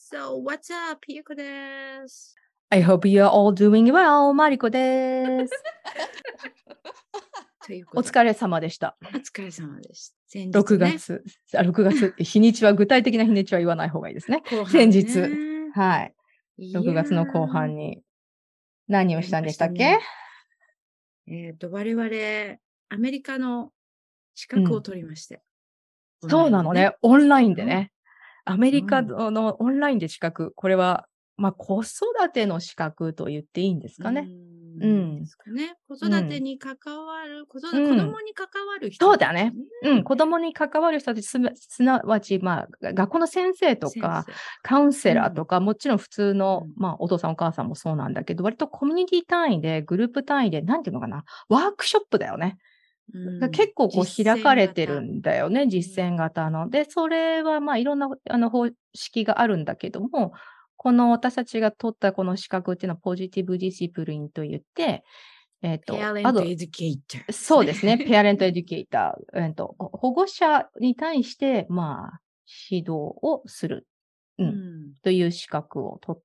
So, what's up? ひよこです。 I hope you are all doing well. マリコです。お疲れ様でした。 お疲れ様でした。先日、 ね、6月、日にちは、具体的な日にちは言わない方がいいですね。先日、はい。6月の後半に何をしたんでしたっけ？ 我々、アメリカの資格を取りまして。 そうなのね。オンラインでね。アメリカのオンラインで資格。これは、子育ての資格と言っていいんですかね。 ですかね。子育てに関わる、子供に関わる人、 そうだね。子供に関わる人たち、すなわち、学校の先生とか、カウンセラーとか、もちろん普通の、お父さんお母さんもそうなんだけど、割とコミュニティ単位で、グループ単位で、なんていうのかな、ワークショップだよね。結構こう開かれてるんだよね、実践型の。で、それはいろんな方式があるんだけども、この私たちが取ったこの資格っていうのはポジティブディシプリンと言って、 ペアレントエデュケーター。 そうですね。ペアレントエデュケーター。保護者に対して、指導をする、という資格を取って、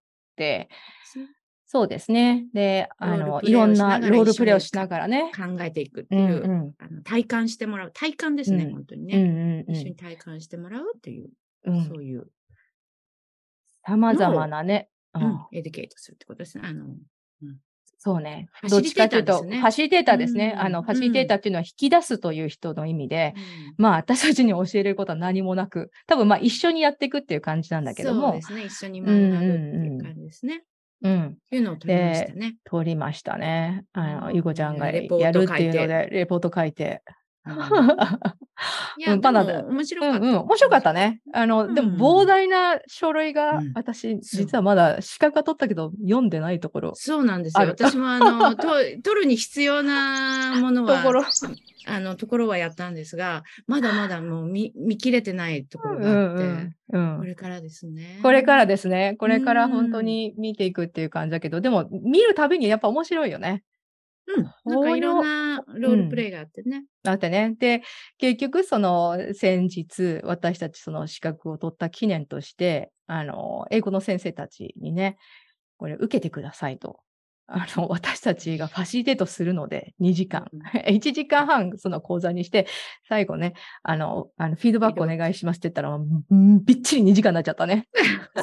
そうですね。で、いろんなロールプレイをしながらね。 考えていくっていう、体感してもらう。体感ですね、本当にね。一緒に体感してもらうっていう、そういう。 様々なね。 エデュケートするってことですね。 そうね。どっちかというと、ファシリテーターですね。ファシリテーターっていうのは引き出すという人の意味で、私たちに教えることは何もなく、多分一緒にやっていくっていう感じなんだけども。 そうですね。一緒に学ぶっていう感じですね。っていうのを取りましたね。 取りましたね。ゆうこちゃんがやるっていうので、レポート書いて。 いや、でも面白かった。 面白かったね。でも膨大な書類が、私、実はまだ資格は取ったけど、読んでないところ。 そうなんですよ。私も取るに必要なものは、ところはやったんですが、まだまだもう見切れてないところがあって、これからですね。 これからですね。これから本当に見ていくっていう感じだけど、でも見るたびにやっぱ面白いよね。 なんかいろんなロールプレイがあってね。 あってね。で、結局先日、私たちその資格を取った記念として、英語の先生たちにね、これ受けてくださいと。私たちがファシリテートするので、2時間。1時間半その講座にして、最後ね、フィードバックお願いしますって言ったら、びっちり2時間になっちゃったね。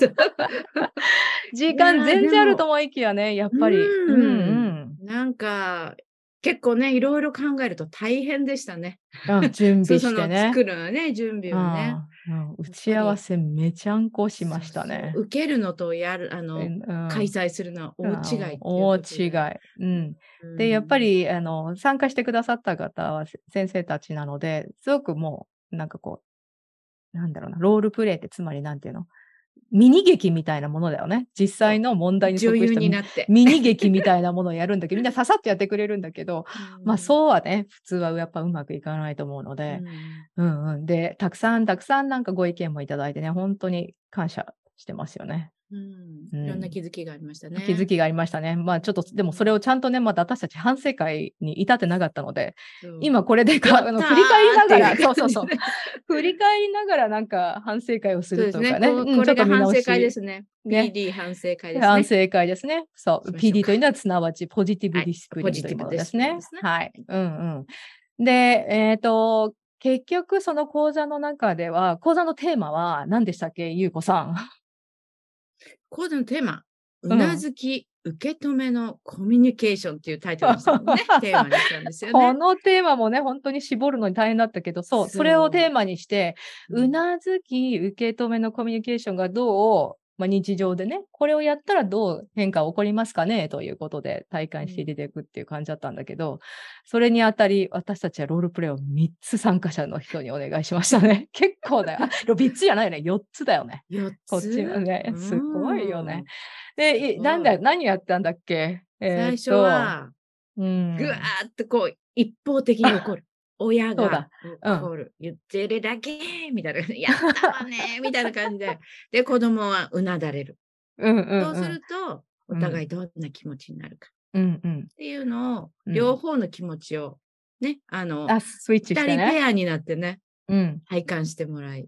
時間全然あると思いきやね、やっぱり。 なんか、結構ね、いろいろ考えると大変でしたね。 準備してね。 作るね、準備をね。 打ち合わせめちゃんこしましたね。 受けるのと開催するのは大違い。 大違い。で、やっぱり、参加してくださった方は先生たちなので、すごくもう、なんかこう、なんだろうな、ロールプレイってつまりなんていうの？ミニ劇みたいなものだよね。実際の問題に即したミニ劇みたいなものをやるんだけど、みんなささっとやってくれるんだけど、そうはね、普通はやっぱうまくいかないと思うので、で、たくさんなんかご意見もいただいてね、本当に感謝してますよね。 いろんな気づきがありましたね。 気づきがありましたね。ちょっと、でもそれをちゃんとね、まだ私たち反省会に至ってなかったので、今これで振り返りながら、振り返りながらなんか反省会をするとかね。 これが反省会ですね。PD 反省会ですね。 反省会ですね。そう。PD というのは、すなわちポジティブディスプリンというものですね。はい。で、結局その講座の中では、講座のテーマは何でしたっけ、ゆうこさん。 講座のテーマ、うなずき、受け止めのコミュニケーションっていうタイトルにしたのね。テーマにしたんですよね。 このテーマもね、本当に絞るのに大変だったけど、それをテーマにして、うなずき、受け止めのコミュニケーションがどう、日常でね、これをやったらどう変化起こりますかねということで体感して入れていくっていう感じだったんだけど、それにあたり、私たちはロールプレイを3つ参加者の人にお願いしましたね。結構だよ。3つじゃないよね。4つだよね。 4つこっちはね、すごいよね。で、何やったんだっけ？ 最初は、ぐわーっとこう、一方的に怒る。親が怒る。言ってるだけみたいな。やったわねみたいな感じで。で、子供はうなだれる。そうすると、お互いどんな気持ちになるか。っていうのを、両方の気持ちを、ね、 スイッチしてね。 2人ペアになってね、体感してもらい。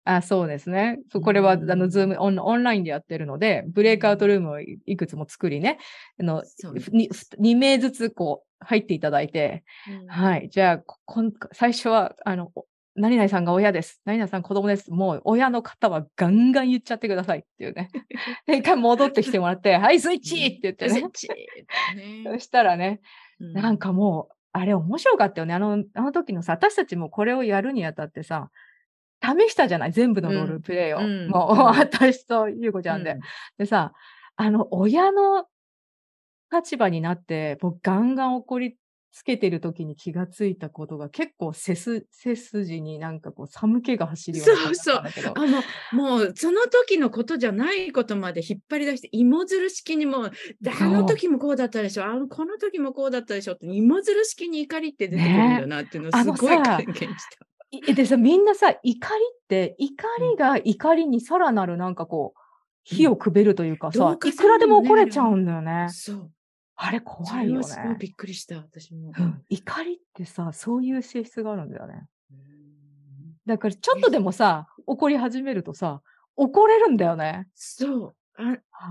そうですね。これは、ズームオンラインでやってるので、ブレイクアウトルームをいくつも作りね、2名ずつこう入っていただいて、はい、じゃあ、最初は、何々さんが親です。何々さん子供です。もう親の方はガンガン言っちゃってくださいっていうね。で、一回戻ってきてもらって、はい、スイッチって言ってね。そしたらね、なんかもう、あれ面白かったよね。あの時のさ、私たちもこれをやるにあたってさ、試したじゃない、全部のロールプレイを。もう、私とゆうこちゃんで。でさ、親の立場になって、もうガンガン怒りつけてる時に気がついたことが、結構背筋になんかこう寒気が走るような感じだったんだけど。 もうその時のことじゃないことまで引っ張り出して、芋づる式にもう、あの時もこうだったでしょ、この時もこうだったでしょって、芋づる式に怒りって出てくるんだなっていうのをすごい経験した。 でさ、みんなさ、怒りが怒りにさらなるなんかこう、火をくべるというかさ、いくらでも怒れちゃうんだよね。 そう。 あれ怖いよね。 すごいびっくりした、私も。 怒りってさ、そういう性質があるんだよね。だからちょっとでもさ、怒り始めるとさ、怒れるんだよね。 そう。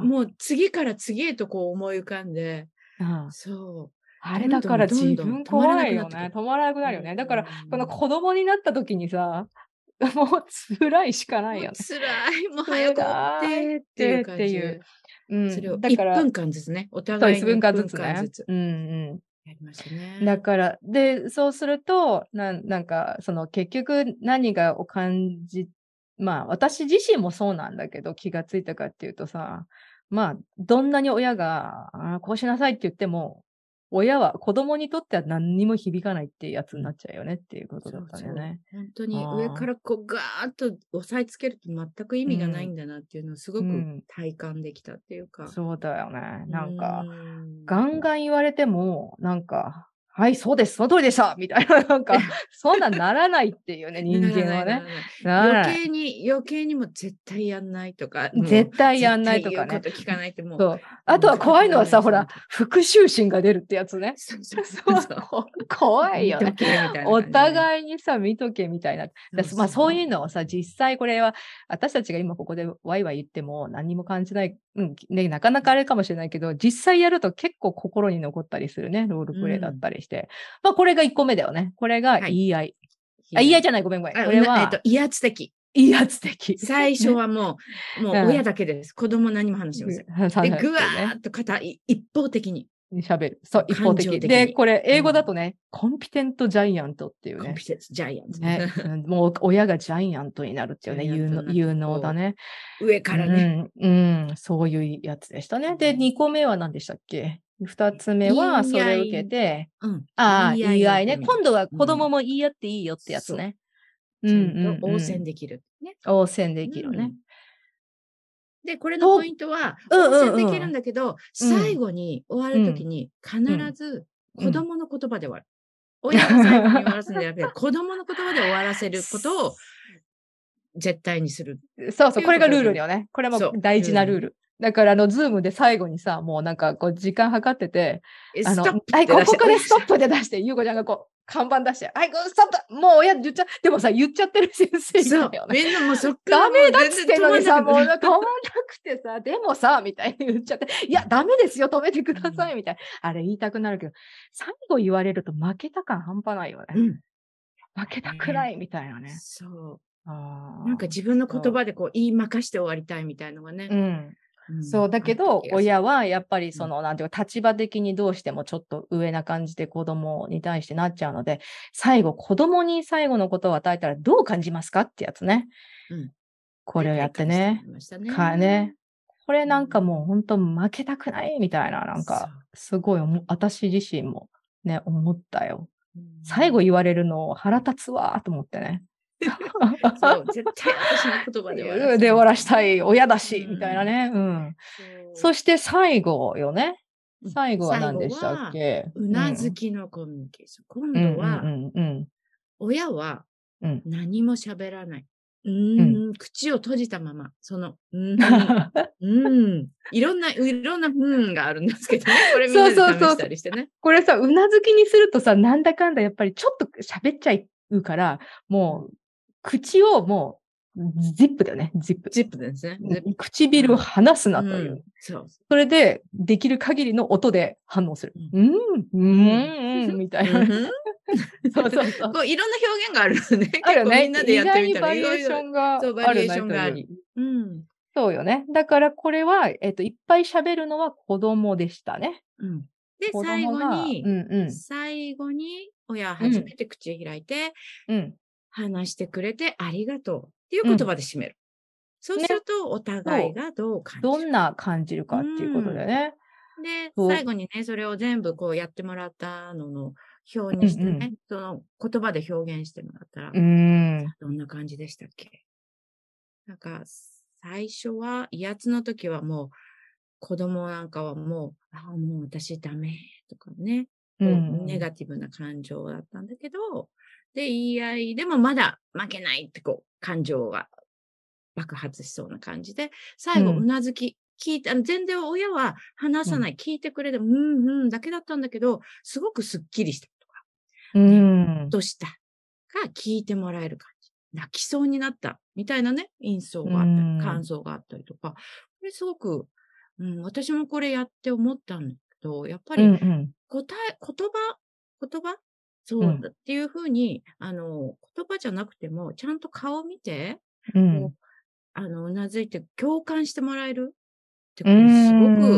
もう次から次へとこう思い浮かんで、そう。 あれだから自分怖いよね。止まらなくなるよね。だから、この子供になった時にさ、もう辛いしかないよね。 辛い。もう早く起きてっていう感じ。それを1分間ですね。お互いに1分間ずつね。やりましたね。 だから、で、そうすると、なんか、結局何がを感じ、私自身もそうなんだけど、気がついたかっていうとさ、どんなに親が、こうしなさいって言っても、親は子供にとっては何にも響かないっていうやつになっちゃうよねっていうことだったんだよね。 本当に上からこうガーッと押さえつけると全く意味がないんだなっていうのをすごく体感できたっていうか。 そうだよね。なんか、ガンガン言われても、なんか、はい、そうです、その通りでしたみたいな、なんか、そんなんならないっていうね、人間はね。 余計にも絶対やんないとか、 絶対やんないとかね。 言うこと聞かないってもう。 そう。あとは怖いのはさ、ほら、復讐心が出るってやつね。 そう。 怖いよね。 見とけみたいな。 お互いにさ、見とけみたいな。そういうのをさ、実際これは、私たちが今ここでワイワイ言っても何も感じない、ね、なかなかあれかもしれないけど、実際やると結構心に残ったりするね、ロールプレイだったりして。これが1個目だよね。これが言い合い。言い合いじゃない、ごめん。これは、 威圧的。 威圧的。 最初はもう親だけです。子供何も話しません。で、ぐわーっと一方的に。 喋る。そう、一方的。で、これ、英語だとね、コンピテントジャイアントっていうね。 コンピテントジャイアント。 ね。もう、親がジャイアントになるっていうね、有能だね。 上からね。 そういうやつでしたね。で、2個目は何でしたっけ？2つ目は、それを受けて、言い合いね。今度は子供も言い合っていいよってやつね。 応戦できる。 応戦できるね。 で、これのポイントは、応戦できるんだけど、最後に終わるときに必ず子供の言葉で終わる。親が最後に終わらせるんじゃなくて、子供の言葉で終わらせることを絶対にする。 そう、これがルールだよね。これも大事なルール。だから、ズームで最後にさ、もうなんか、こう、時間計ってて、 ストップはい、ここからストップで出して、ゆうこちゃんがこう、看板出して、はい、ストップもう親言っちゃ、でもさ、言っちゃってる先生いたよね。 みんなもうそっからダメだっつってんのにさ、もう止まんなくてさ、でもさ、みたいに言っちゃって、いや、ダメですよ、止めてください、みたいな。あれ言いたくなるけど、最後言われると負けた感半端ないよね。負けたくないみたいなね。 そう。なんか自分の言葉でこう言いまかして終わりたいみたいのがね。 そう、だけど、親はやっぱりなんていうか、立場的にどうしてもちょっと上な感じで子供に対してなっちゃうので、子供に最後のことを与えたらどう感じますかってやつね。これをやってね。これなんかもう本当負けたくないみたいな、なんか、すごい私自身もね、思ったよ。最後言われるの腹立つわと思ってね。 そう、絶対私の言葉で終わらしたい親だし、みたいなね。そして最後よね。最後は何でしたっけ？ うなずきのコミュニケーション。今度は、親は何も喋らない。口を閉じたまま、いろんながあるんですけどね。これみんなで試したりしてね。 これさ、うなずきにするとさ、なんだかんだやっぱりちょっと喋っちゃうから、もう、口をもジップだよね、ジップ。 ジップですね。 唇を離すなという。 そう。 それで、できる限りの音で反応する。みたいな。そうそうそう。 こういろんな表現があるのね。 あるね。 みんなでやってみたら意外にバリエーションがそう、バリエーションがあり。 そうよね。だからこれは、いっぱい喋るのは子供でしたね。 で、最後に、親は初めて口を開いて、話してくれてありがとうっていう言葉で締める。そうすると、お互いがどう感じる。 どんな感じるかっていうことでね。 で、最後にね、それを全部こうやってもらったのの表にしてね、その言葉で表現してもらったら、どんな感じでしたっけ？なんか、最初は、威圧の時はもう、子供なんかはもう、もう私ダメとかね、ネガティブな感情だったんだけど、で、言い合いでもまだ負けないってこう、感情が爆発しそうな感じで、最後、うなずき、聞いて、全然親は話さない、聞いてくれて、だけだったんだけど、すごくスッキリしたとか、ほっとしたが聞いてもらえる感じ。泣きそうになったみたいなね、印象があったり、感想があったりとか、これすごく、私もこれやって思ったんだけど、やっぱり言葉そうだっていうふうに、言葉じゃなくても、ちゃんと顔見て、こう、うなずいて共感してもらえるって、これすごく、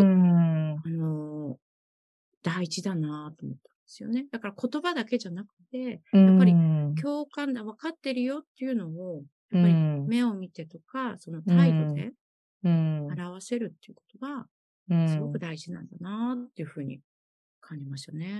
大事だなと思ったんですよね。だから言葉だけじゃなくて、やっぱり共感だ、分かってるよっていうのを、やっぱり目を見てとか、その態度で表せるっていうことが、すごく大事なんだなっていうふうに感じましたね。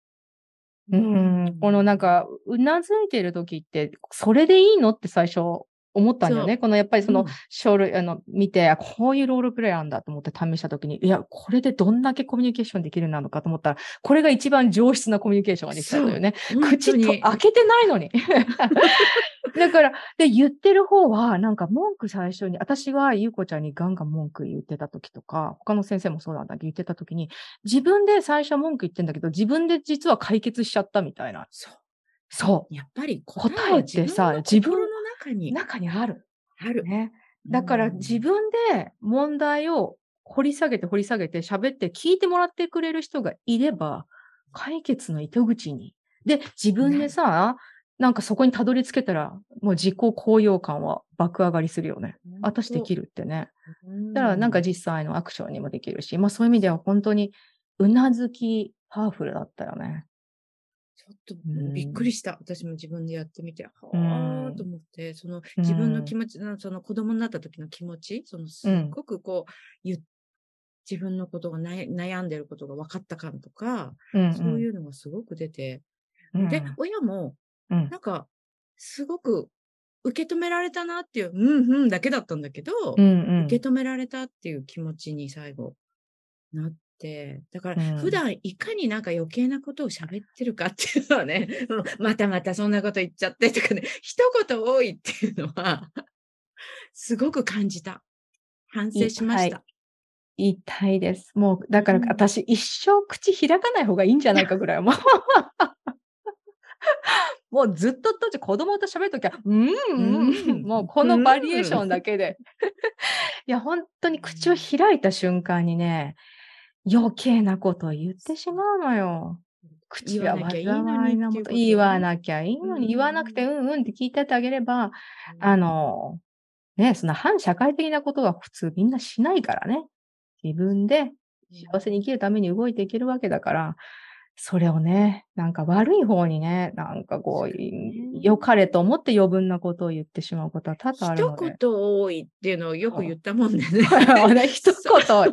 このなんか、うなずいてる時って、それでいいのって最初思ったんだよね。このやっぱりその書類、見て、こういうロールプレイなんだと思って試した時に、いや、これでどんだけコミュニケーションできるのかと思ったら、これが一番上質なコミュニケーションができたというね。口と開けてないのに。だから、で、言ってる方は、なんか文句最初に、私はゆうこちゃんにガンガン文句言ってた時とか、他の先生もそうなんだけど言ってた時に、自分で最初文句言ってんだけど、自分で実は解決しちゃったみたいな。そう。 やっぱり答えってさ、自分の中にある。 ある。 ね。だから自分で問題を掘り下げて喋って聞いてもらってくれる人がいれば、解決の糸口に。で、自分でさ、なんかそこにたどり着けたら、もう自己高揚感は爆上がりするよね。私できるってね。だからなんか実際のアクションにもできるし、そういう意味では本当にうなずきパワフルだったよね。 ちょっとびっくりした。私も自分でやってみて、はぁと思って、その自分の気持ち、その子供になった時の気持ち、すっごくこう、自分のことが悩んでることが分かった感とか、そういうのがすごく出て、で、親も、なんか、すごく受け止められたなっていう、だけだったんだけど、受け止められたっていう気持ちに最後なって、だから普段いかになんか余計なことを喋ってるかっていうのはね、またそんなこと言っちゃってとかね、一言多いっていうのは、すごく感じた。反省しました。 痛いです。もう、だから私、一生口開かない方がいいんじゃないかぐらい。もうずっと子供と喋るときは、もうこのバリエーションだけで。いや、本当に口を開いた瞬間にね、余計なことを言ってしまうのよ。口は災いなもと。言わなきゃいいのに、言わなくてって聞いてってあげれば、ね、そんな反社会的なことは普通みんなしないからね。自分で幸せに生きるために動いていけるわけだから、それをね、なんか悪い方にね、なんかこう、良かれと思って余分なことを言ってしまうことは多々あるので。 一言多いっていうのをよく言ったもんでね。 一言。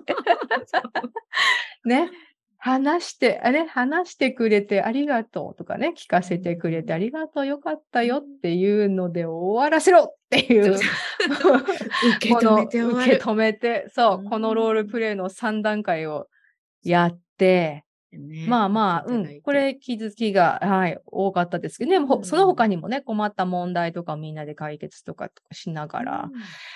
ね。話してくれてありがとうとかね、聞かせてくれてありがとう、よかったよっていうので終わらせろっていう。 受け止めて、そう、このロールプレイの3段階をやって、これ気づきが、多かったですけどね、その他にもね、困った問題とかみんなで解決とかしながら、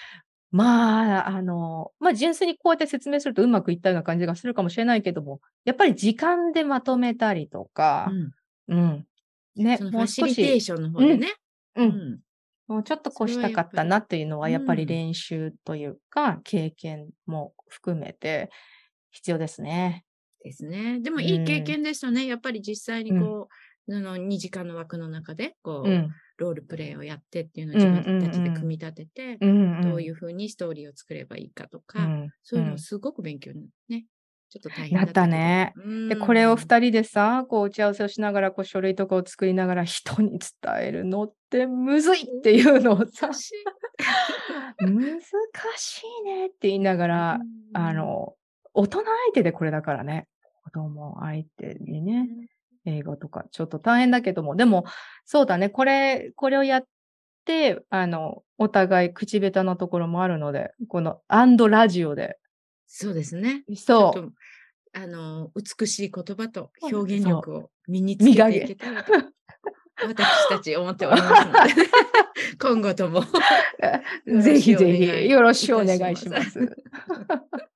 純粋にこうやって説明するとうまくいったような感じがするかもしれないけども、やっぱり時間でまとめたりとか、 ね、そのファシリテーションの方でね。 もうちょっとこうそれしたかったなっていうのは、やっぱりうん。 練習というか、経験も含めて必要ですね。 ですね。でもういい経ん。 験ですよね。やっぱり実際にうん。 こう、2時間の枠の中で、こう、 うん。 ロールプレイをやってっていうのをうんうん自分たちでうん。 組み立てて、 うんうどういん。 う風にストーリーを作ればいいかとか、 うん。 そういうのうん。 すごく勉強にね。ちょっと大変なっただったけど。 ね。で、これを2人でさ、こう打ち合わせをしながら、こう書類とかを作りながら、人に伝えるのってむずいっていうのをさ、 難しい。 難しいねって言いながうら、 ん。 大人相手でこれだからね。子供相手にね、 ね。 英語とかちょっと大変だけども、でも、そうだね、これをやって、お互い口下手なところもあるので、このラジオで、 そうですね。ちょっそと、美しい言葉とう、 表現そ力を身にう、 つけてい磨け。 けたらと、私たち思っておりますので、今後ともよろぜしくおひぜひ、 願いよろしいたくお願いします。 します。